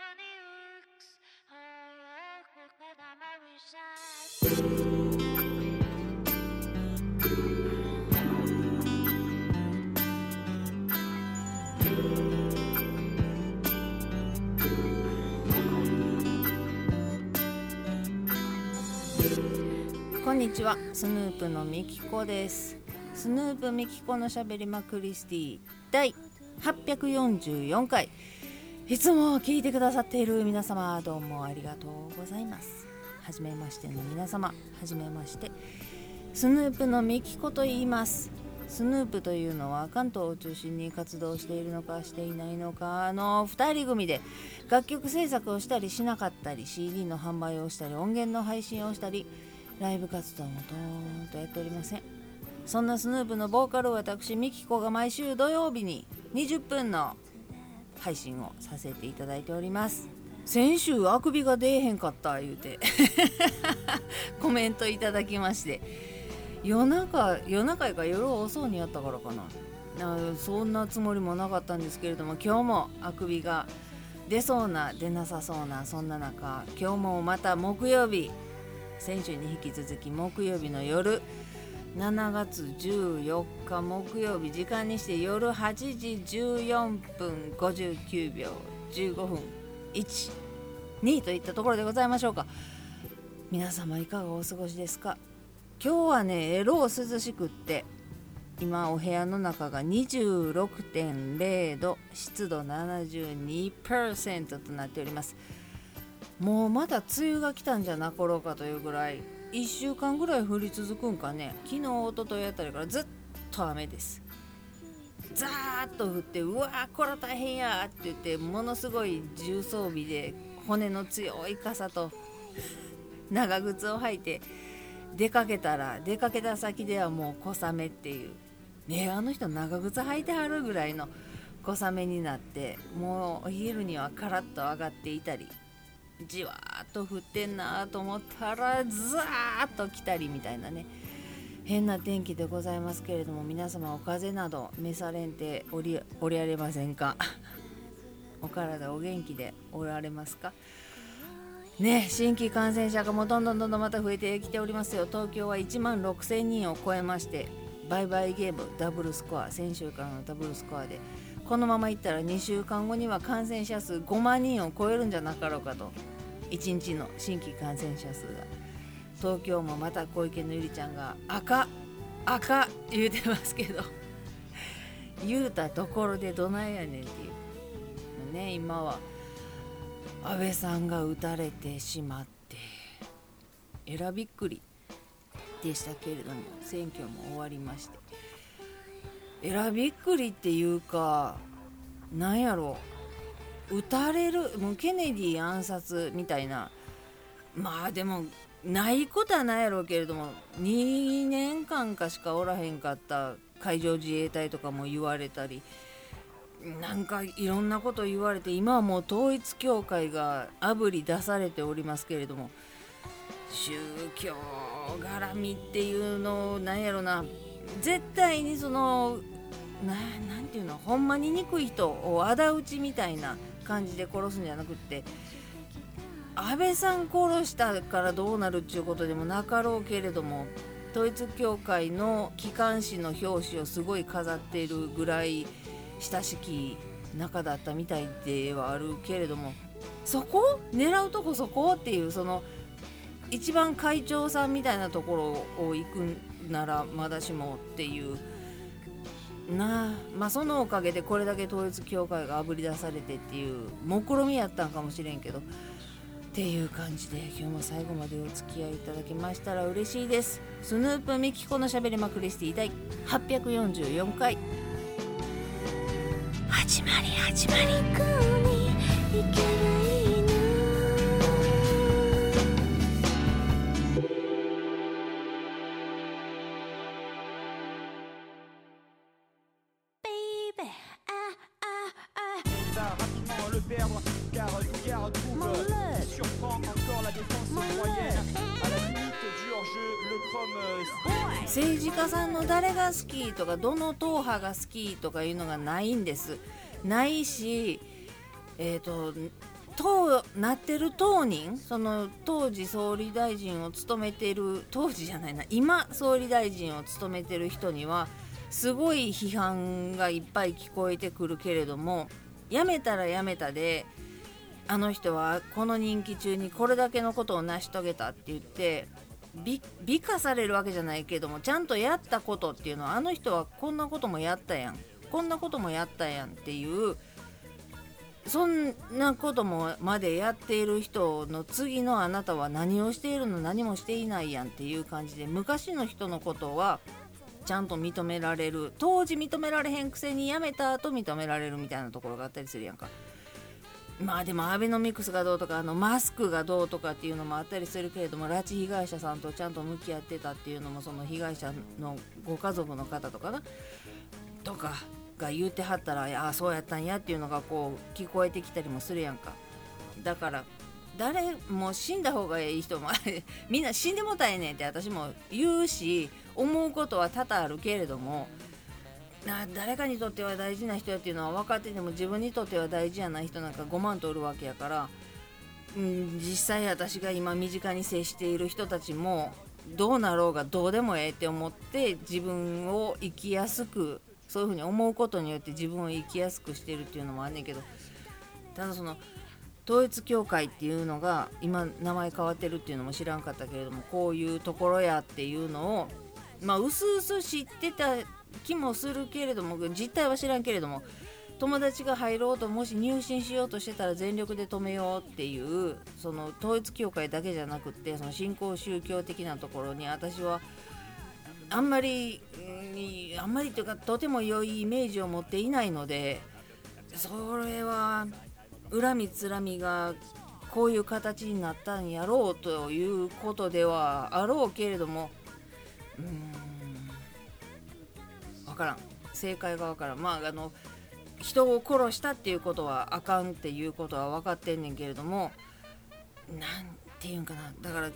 こんにちは、スヌープのみきこです。スヌープみきこのしゃべりまクリスティ第844回。いつも聞いてくださっている皆様、どうもありがとうございます。はじめましての皆様、はじめまして。スヌープのみきこと言います。スヌープというのは関東を中心に活動しているのかしていないのかの2人組で、楽曲制作をしたりしなかったり、 CD の販売をしたり、音源の配信をしたり、ライブ活動もどーんとやっておりません。そんなスヌープのボーカル私みきこが毎週土曜日に20分の配信をさせていただいております。先週あくびが出えへんかった言うてコメントいただきまして、夜中やから夜遅うにやったからかな、そんなつもりもなかったんですけれども、今日もあくびが出そうな出なさそうな、そんな中、今日もまた木曜日、先週に引き続き木曜日の夜、7月14日木曜日、時間にして夜8時14分59秒15分1、2といったところでございましょうか。皆様いかがお過ごしですか。今日はね、エロ涼しくって、今お部屋の中が 26.0 度、湿度 72% となっております。もうまだ梅雨が来たんじゃなかろうかというぐらい、1週間ぐらい降り続くんかね。昨日一昨日あたりからずっと雨です。ザーッと降って、うわーこれ大変やって言って、ものすごい重装備で骨の強い傘と長靴を履いて出かけた先ではもう小雨っていうね、あの人長靴履いてはるぐらいの小雨になって、もうお昼にはカラッと上がっていたり、じわーっと降ってんなと思ったらザーッと来たりみたいなね、変な天気でございますけれども、皆様お風邪など召されんておられませんかお体お元気でおられますかね。新規感染者がもうどんどんまた増えてきておりますよ。東京は1万6000人を超えまして、バイバイゲームダブルスコア、先週からのダブルスコアで、このままいったら2週間後には感染者数5万人を超えるんじゃなかろうかと。1日の新規感染者数が、東京もまた小池のゆりちゃんが赤言うてますけど言うたところでどないやねんっていうね。今は安倍さんが撃たれてしまって、えらびっくりでしたけれども、選挙も終わりまして、えらびっくりっていうか、なんやろ、撃たれる、もうケネディ暗殺みたいな、まあでもないことはないやろうけれども、2年間かしかおらへんかった海上自衛隊とかも言われたり、なんかいろんなこと言われて、今はもう統一教会があぶり出されておりますけれども、宗教絡みっていうのを、なんやろな、絶対にそのなんていうの、ほんまに憎い人を仇討ちみたいな感じで殺すんじゃなくって、安倍さん殺したからどうなるっていうことでもなかろうけれども、統一教会の機関誌の表紙をすごい飾っているぐらい親しき仲だったみたいではあるけれども、そこ狙うとこそこっていう、その一番会長さんみたいなところを行くならまだしもっていうな。まあそのおかげでこれだけ統一教会があぶり出されてっていう目論みやったんかもしれんけどっていう感じで、今日も最後までお付き合いいただけましたら嬉しいです。スヌープみきこのしゃべりまクリスティ第844回始まり政治家さんの誰が好きとか、どの党派が好きとかいうのがないんです。ないし、 なってる当人、その当時総理大臣を務めてる、当時じゃないな、今総理大臣を務めてる人にはすごい批判がいっぱい聞こえてくるけれども、辞めたら辞めたで、あの人はこの任期中にこれだけのことを成し遂げたって言って美化されるわけじゃないけども、ちゃんとやったことっていうのは、あの人はこんなこともやったやん、こんなこともやったやんっていう、そんなこともまでやっている人の次のあなたは何をしているの、何もしていないやんっていう感じで、昔の人のことはちゃんと認められる、当時認められへんくせに辞めた後認められるみたいなところがあったりするやんか。まあでもアベノミクスがどうとかマスクがどうとかっていうのもあったりするけれども、拉致被害者さんとちゃんと向き合ってたっていうのも、その被害者のご家族の方とかなとかが言うてはったら、いやそうやったんやっていうのがこう聞こえてきたりもするやんか。だから誰も死んだ方がいい人もみんな死んでもたらええねんって私も言うし、思うことは多々あるけれども、誰かにとっては大事な人やっていうのは分かってても、自分にとっては大事じゃない人なんか5万とおるわけやから、実際私が今身近に接している人たちもどうなろうがどうでもええって思って自分を生きやすく、そういうふうに思うことによって自分を生きやすくしてるっていうのもあんねんけど、ただその統一教会っていうのが今名前変わってるっていうのも知らんかったけれども、こういうところやっていうのをうすうす知ってた気もするけれども、実態は知らんけれども、友達が入ろうともし入信しようとしてたら全力で止めようっていう、その統一教会だけじゃなくって、その新興宗教的なところに私はあんまりというかとても良いイメージを持っていないので、それは恨みつらみがこういう形になったんやろうということではあろうけれども、分からん、正解が分からん。人を殺したっていうことはあかんっていうことは分かってんねんけれども、なんていうんかな、だから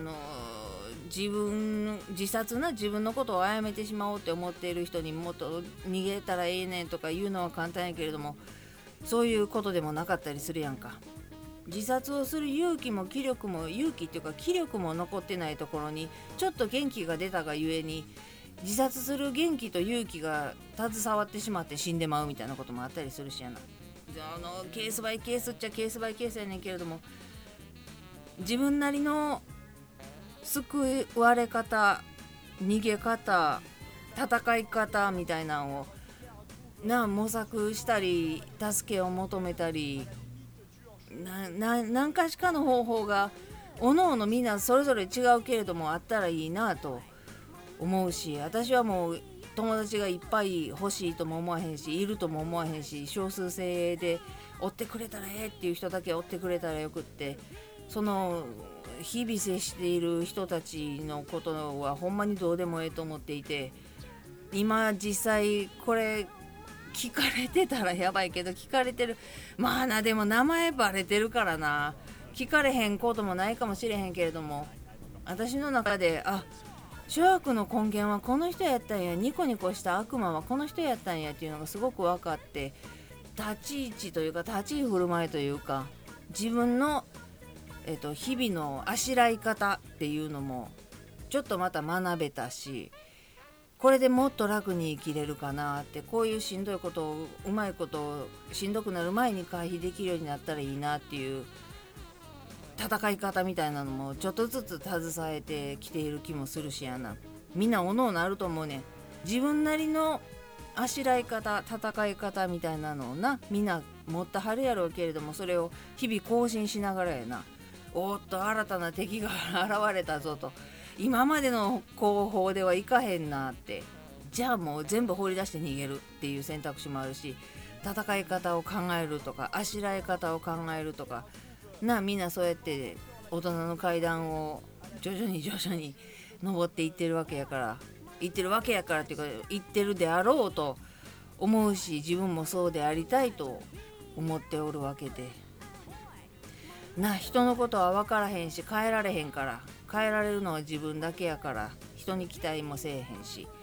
自殺な自分のことを殺めてしまおうって思っている人にもっと逃げたらええねんとか言うのは簡単やけれども、そういうことでもなかったりするやんか。自殺をする勇気っていうか気力も残ってないところにちょっと元気が出たがゆえに、自殺する元気と勇気が携わってしまって死んでまうみたいなこともあったりするしやな。ケースバイケースっちゃケースバイケースやねんけれども、自分なりの救われ方、逃げ方、戦い方みたいなのを模索したり、助けを求めたり、何かしかの方法がおのおのみんなそれぞれ違うけれどもあったらいいなと思うし、私はもう友達がいっぱい欲しいとも思わへんし、いるとも思わへんし、少数制で追ってくれたらええっていう人だけ追ってくれたらよくって、その日々接している人たちのことはほんまにどうでもええと思っていて、今実際これ聞かれてたらやばいけど、聞かれてるでも名前バレてるからな、聞かれへんこともないかもしれへんけれども、私の中で諸悪の根源はこの人やったんや、ニコニコした悪魔はこの人やったんやっていうのがすごく分かって、立ち位置というか立ち居振る舞いというか、自分の、日々のあしらい方っていうのもちょっとまた学べたし、これでもっと楽に生きれるかなって、こういうしんどいことをうまいことをしんどくなる前に回避できるようになったらいいなっていう戦い方みたいなのもちょっとずつ携えてきている気もするしやな。みんなおのおのあると思うねん。自分なりのあしらい方、戦い方みたいなのをみんな持ってはるやろうけれども、それを日々更新しながらやな。おっと新たな敵が現れたぞと、今までの方法ではいかへんなって、じゃあもう全部放り出して逃げるっていう選択肢もあるし、戦い方を考えるとかあしらい方を考えるとかみんなそうやって大人の階段を徐々に登っていってるわけやからっていうか言ってるであろうと思うし、自分もそうでありたいと思っておるわけで人のことは分からへんし変えられへんから、変えられるのは自分だけやから人に期待もせえへんし、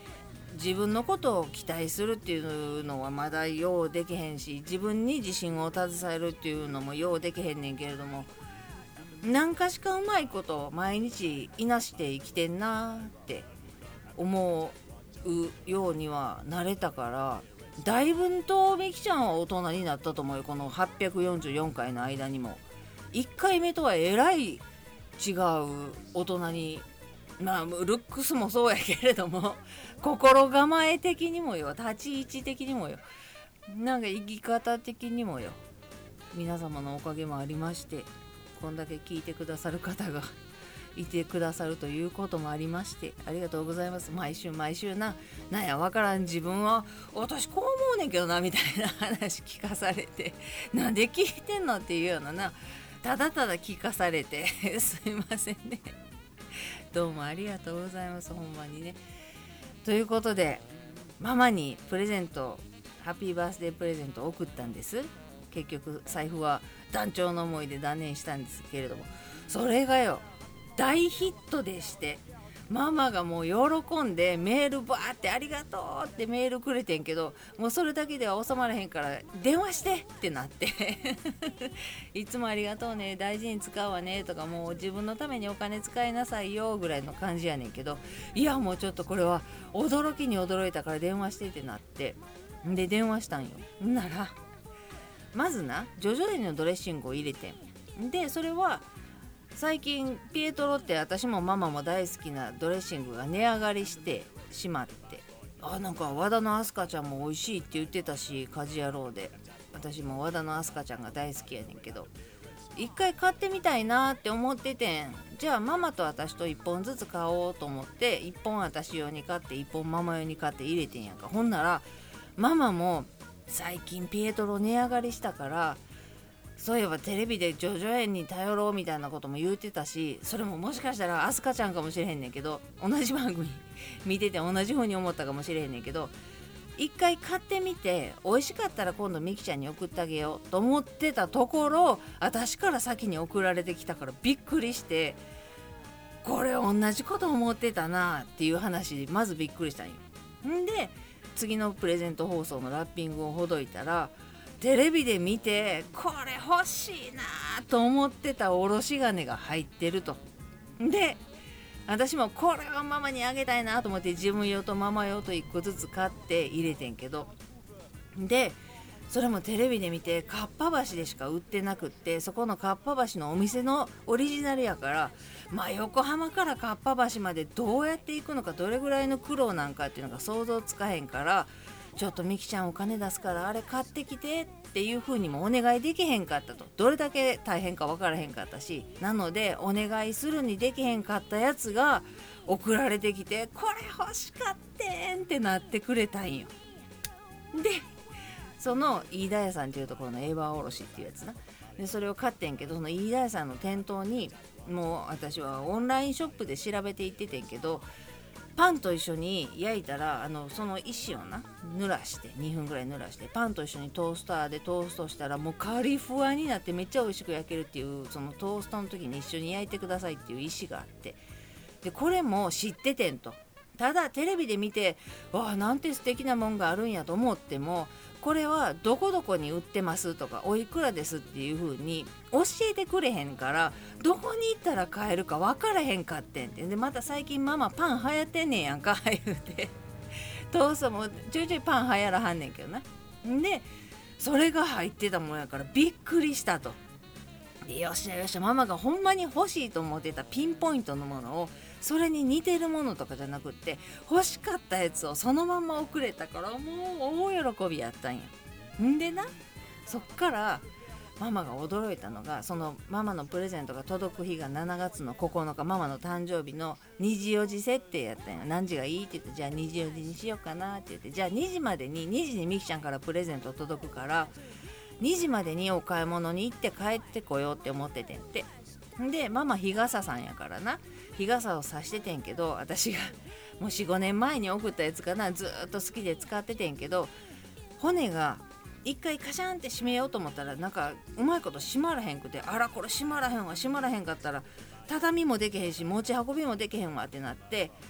自分のことを期待するっていうのはまだようできへんし、自分に自信を携えるっていうのもようできへんねんけれども、何かしかうまいこと毎日いなして生きてんなって思うようにはなれたから、だいぶとみきちゃんは大人になったと思うよ。この844回の間にも1回目とはえらい違う大人に、まあルックスもそうやけれども心構え的にもよ、立ち位置的にもよ、なんか生き方的にもよ、皆様のおかげもありまして、こんだけ聞いてくださる方がいてくださるということもありまして、ありがとうございます。毎週なんやわからん自分は私こう思うねんけどなみたいな話聞かされて、なんで聞いてんのっていうようなただただ聞かされてすいませんね。どうもありがとうございます、ほんまにね。ということでママにプレゼント、ハッピーバースデープレゼントを送ったんです。結局財布は断腸の思いで断念したんですけれども、それがよ大ヒットでして、ママがもう喜んでメールバーってありがとうってメールくれてんけど、もうそれだけでは収まらへんから電話してってなっていつもありがとうね、大事に使うわねとか、もう自分のためにお金使いなさいよぐらいの感じやねんけど、いやもうちょっとこれは驚きに驚いたから電話してってなって、で電話したんよ。ならまずジョジョ園のドレッシングを入れてんで、それは最近ピエトロって私もママも大好きなドレッシングが値上がりしてしまって、なんか和田の明日香ちゃんも美味しいって言ってたし、家事野郎で私も和田の明日香ちゃんが大好きやねんけど、一回買ってみたいなって思っててん。じゃあママと私と1本ずつ買おうと思って、1本私用に買って1本ママ用に買って入れてんやんか。ほんならママも最近ピエトロ値上がりしたから、そういえばテレビでジョジョ園に頼ろうみたいなことも言うてたし、それももしかしたらアスカちゃんかもしれへんねんけど、同じ番組見てて同じ風に思ったかもしれへんねんけど、一回買ってみて美味しかったら今度ミキちゃんに送ってあげようと思ってたところ、私から先に送られてきたからびっくりして、これ同じこと思ってたなっていう話でまずびっくりしたんよ。んで次のプレゼント放送のラッピングをほどいたら、テレビで見てこれ欲しいなと思ってたおろし金が入ってると。で私もこれはママにあげたいなと思って自分用とママ用と1個ずつ買って入れてんけど、でそれもテレビで見てかっぱ橋でしか売ってなくって、そこのかっぱ橋のお店のオリジナルやから、横浜からかっぱ橋までどうやって行くのか、どれぐらいの苦労なんかっていうのが想像つかへんから、ちょっとミキちゃんお金出すからあれ買ってきてっていう風にもお願いできへんかったと。どれだけ大変か分からへんかったし、なのでお願いするにできへんかったやつが送られてきて、これ欲しかってんってなってくれたんよ。でその飯田屋さんっていうところのエーバーおろしっていうやつな、でそれを買ってんけど、その飯田屋さんの店頭にもう私はオンラインショップで調べていっててんけど、パンと一緒に焼いたらその石を濡らして2分ぐらい濡らしてパンと一緒にトースターでトーストしたら、もうカリフワになってめっちゃ美味しく焼けるっていう、そのトーストの時に一緒に焼いてくださいっていう石があって、でこれも知っててんと。ただテレビで見てわあなんて素敵なもんがあるんやと思っても、これはどこどこに売ってますとかおいくらですっていう風に教えてくれへんから、どこに行ったら買えるか分からへんかってんって。でまた最近ママパン流行ってんねんやんか言うて、トーストもちょいちょいパン流行らはんねんけどな。でそれが入ってたもんやからびっくりしたと。でよっしゃよっしゃ、ママがほんまに欲しいと思ってたピンポイントのものを、それに似てるものとかじゃなくって、欲しかったやつをそのまま送れたからもう大喜びやったんや。んでな、そっからママが驚いたのが、そのママのプレゼントが届く日が7月の9日、ママの誕生日の2時4時設定やったんや。何時がいいって言って、じゃあ2時4時にしようかなって言って、じゃあ2時までに2時にミキちゃんからプレゼント届くから2時までにお買い物に行って帰ってこようって思っててんて。でママ日傘さんやからな、日傘を差しててんけど、私がもう 4,5 年前に送ったやつかな、ずっと好きで使っててんけど、骨が一回カシャンって閉めようと思ったらなんかうまいこと閉まらへんくて、あらこれ閉まらへんわ、閉まらへんかったら畳もできへんし持ち運びもできへんわってなって、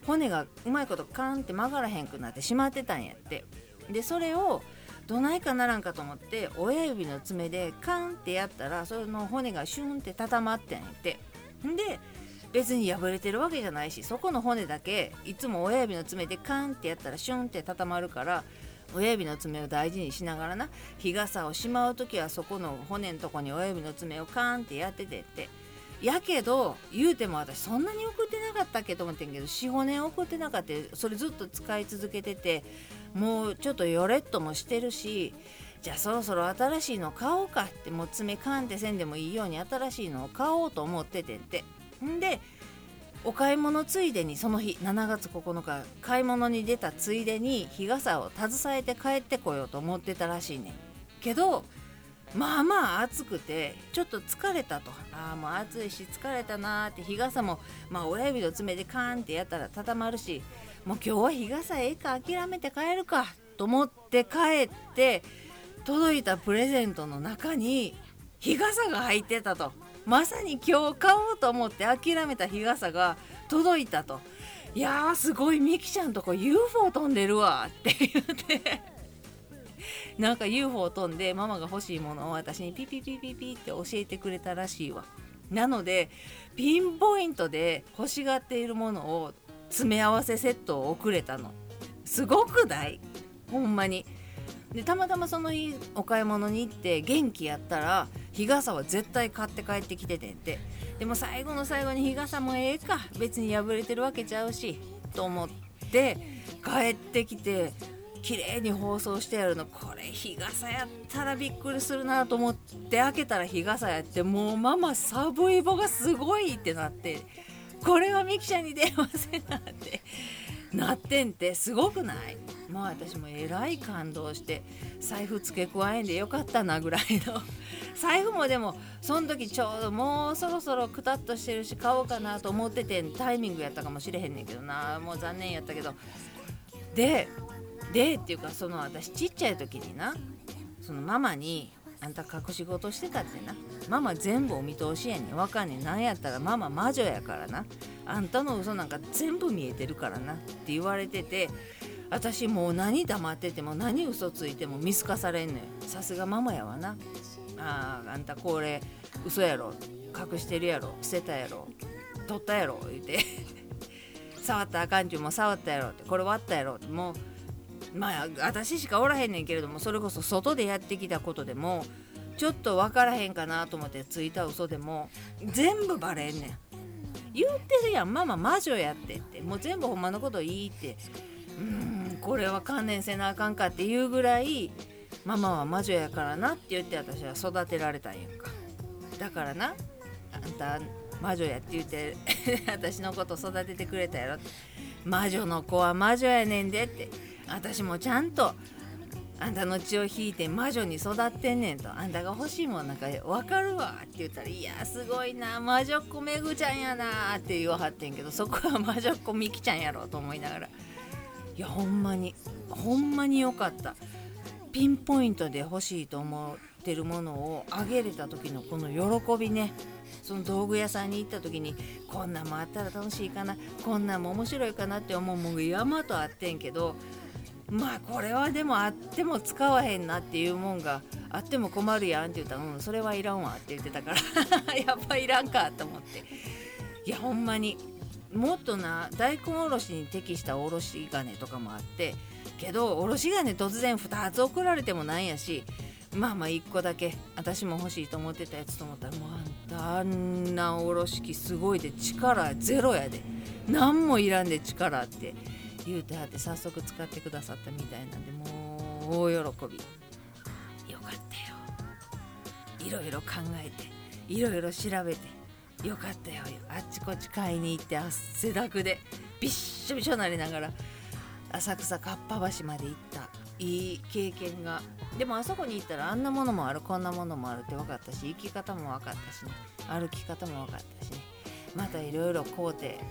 骨がうまいことカーンって曲がらへんくなってしまってたんやって。でそれをどないかならんかと思って親指の爪でカーンってやったら、それの骨がシュンって固まってんやって。で別に破れてるわけじゃないし、そこの骨だけいつも親指の爪でカーンってやったらシュンって固まるから、親指の爪を大事にしながらな、日傘をしまうときはそこの骨のとこに親指の爪をカーンってやっててって。やけど言うても私そんなに送ってなかったっけと思ってんけど、 4,5 年送ってなかった。それずっと使い続けてて、もうちょっとヨレッともしてるし、じゃあそろそろ新しいの買おうかって、もう爪カーンってせんでもいいように新しいのを買おうと思っててんて。んでお買い物ついでに、その日7月9日買い物に出たついでに日傘を携えて帰ってこようと思ってたらしいねんけど、まあまあ暑くてちょっと疲れたと。もう暑いし疲れたなーって、日傘もまあ親指の爪でカーンってやったら畳まるし、もう今日は日傘ええか諦めて帰るかと思って帰って、届いたプレゼントの中に日傘が入ってたと。まさに今日買おうと思って諦めた日傘が届いたと。いやーすごい、みきちゃんとこ UFO 飛んでるわって言ってなんか UFO 飛んでママが欲しいものを私にピピピピピって教えてくれたらしいわ。なのでピンポイントで欲しがっているものを詰め合わせセットを送れたの。すごくない？ほんまに。でたまたまその日お買い物に行って元気やったら日傘は絶対買って帰ってきててんて。でも最後の最後に日傘もええか、別に破れてるわけちゃうしと思って帰ってきて、綺麗に包装してあるの、これ日傘やったらびっくりするなと思って開けたら日傘やって、もうママサブイボがすごいってなって、これはミキちゃんに電話せなってなってんて。すごくない？もう私もえらい感動して、財布付け加えんでよかったなぐらいの財布もでもその時ちょうどもうそろそろクタッとしてるし買おうかなと思っててタイミングやったかもしれへんねんけどな、もう残念やったけど。でっていうか、その私ちっちゃい時にな、そのママにあんた隠し事してたってな、ママ全部お見通しやねん、わかんねん、なんやったらママ魔女やからな、あんたの嘘なんか全部見えてるからなって言われてて、私もう何黙ってても何嘘ついても見透かされんのよ。さすがママやわな。あんたこれ嘘やろ、隠してるやろ、捨てたやろ、取ったやろ言って触ったらあかんちゅうも触ったやろって、これ割ったやろって、もうまあ私しかおらへんねんけれども、それこそ外でやってきたことでもちょっと分からへんかなと思ってついた嘘でも全部バレんねん。言ってるやん、ママ魔女やってって、もう全部ほんまのこといいって、これは観念せなあかんかっていうぐらいママは魔女やからなって言って私は育てられたんやんか。だからな、あんた魔女やって言って私のこと育ててくれたやろって、魔女の子は魔女やねんでって、私もちゃんとあんたの血を引いて魔女に育ってんねんと、あんたが欲しいもんなんか分かるわって言ったら、いやすごいな、魔女っ子めぐちゃんやなって言わはってんけど、そこは魔女っ子みきちゃんやろと思いながら、いやほんまによかった。ピンポイントで欲しいと思ってるものをあげれた時のこの喜びね。その道具屋さんに行った時にこんなんもあったら楽しいかな、こんなんも面白いかなって思うもんが山とあってんけど、まあこれはでもあっても使わへんなっていうもんがあっても困るやんって言ったら、それはいらんわって言ってたからやっぱいらんかと思って。いやほんまにもっとな、大根おろしに適したおろし金とかもあってけど、おろし金突然2つ送られてもなんやし、まあ1個だけ私も欲しいと思ってたやつと思ったら、もうあんなおろし器すごいで、力ゼロやで、何もいらんで力って言うてはって早速使ってくださったみたいなんで、もう大喜び。よかったよ、いろいろ考えていろいろ調べてよかったよ。あっちこっち買いに行って汗だくでびっしょびしょなりながら浅草かっぱ橋まで行った、いい経験が。でもあそこに行ったらあんなものもあるこんなものもあるって分かったし、行き方も分かったしね、歩き方も分かったしね、またいろいろ買うて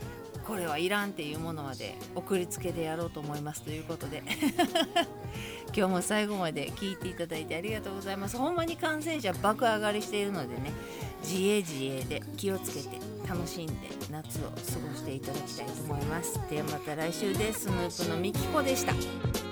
これはいらんっていうものまで送りつけてやろうと思いますということで今日も最後まで聞いていただいてありがとうございます。ほんまに感染者爆上がりしているのでね、自衛で気をつけて楽しんで夏を過ごしていただきたいと思います。ではまた来週です。スヌープのみきこでした。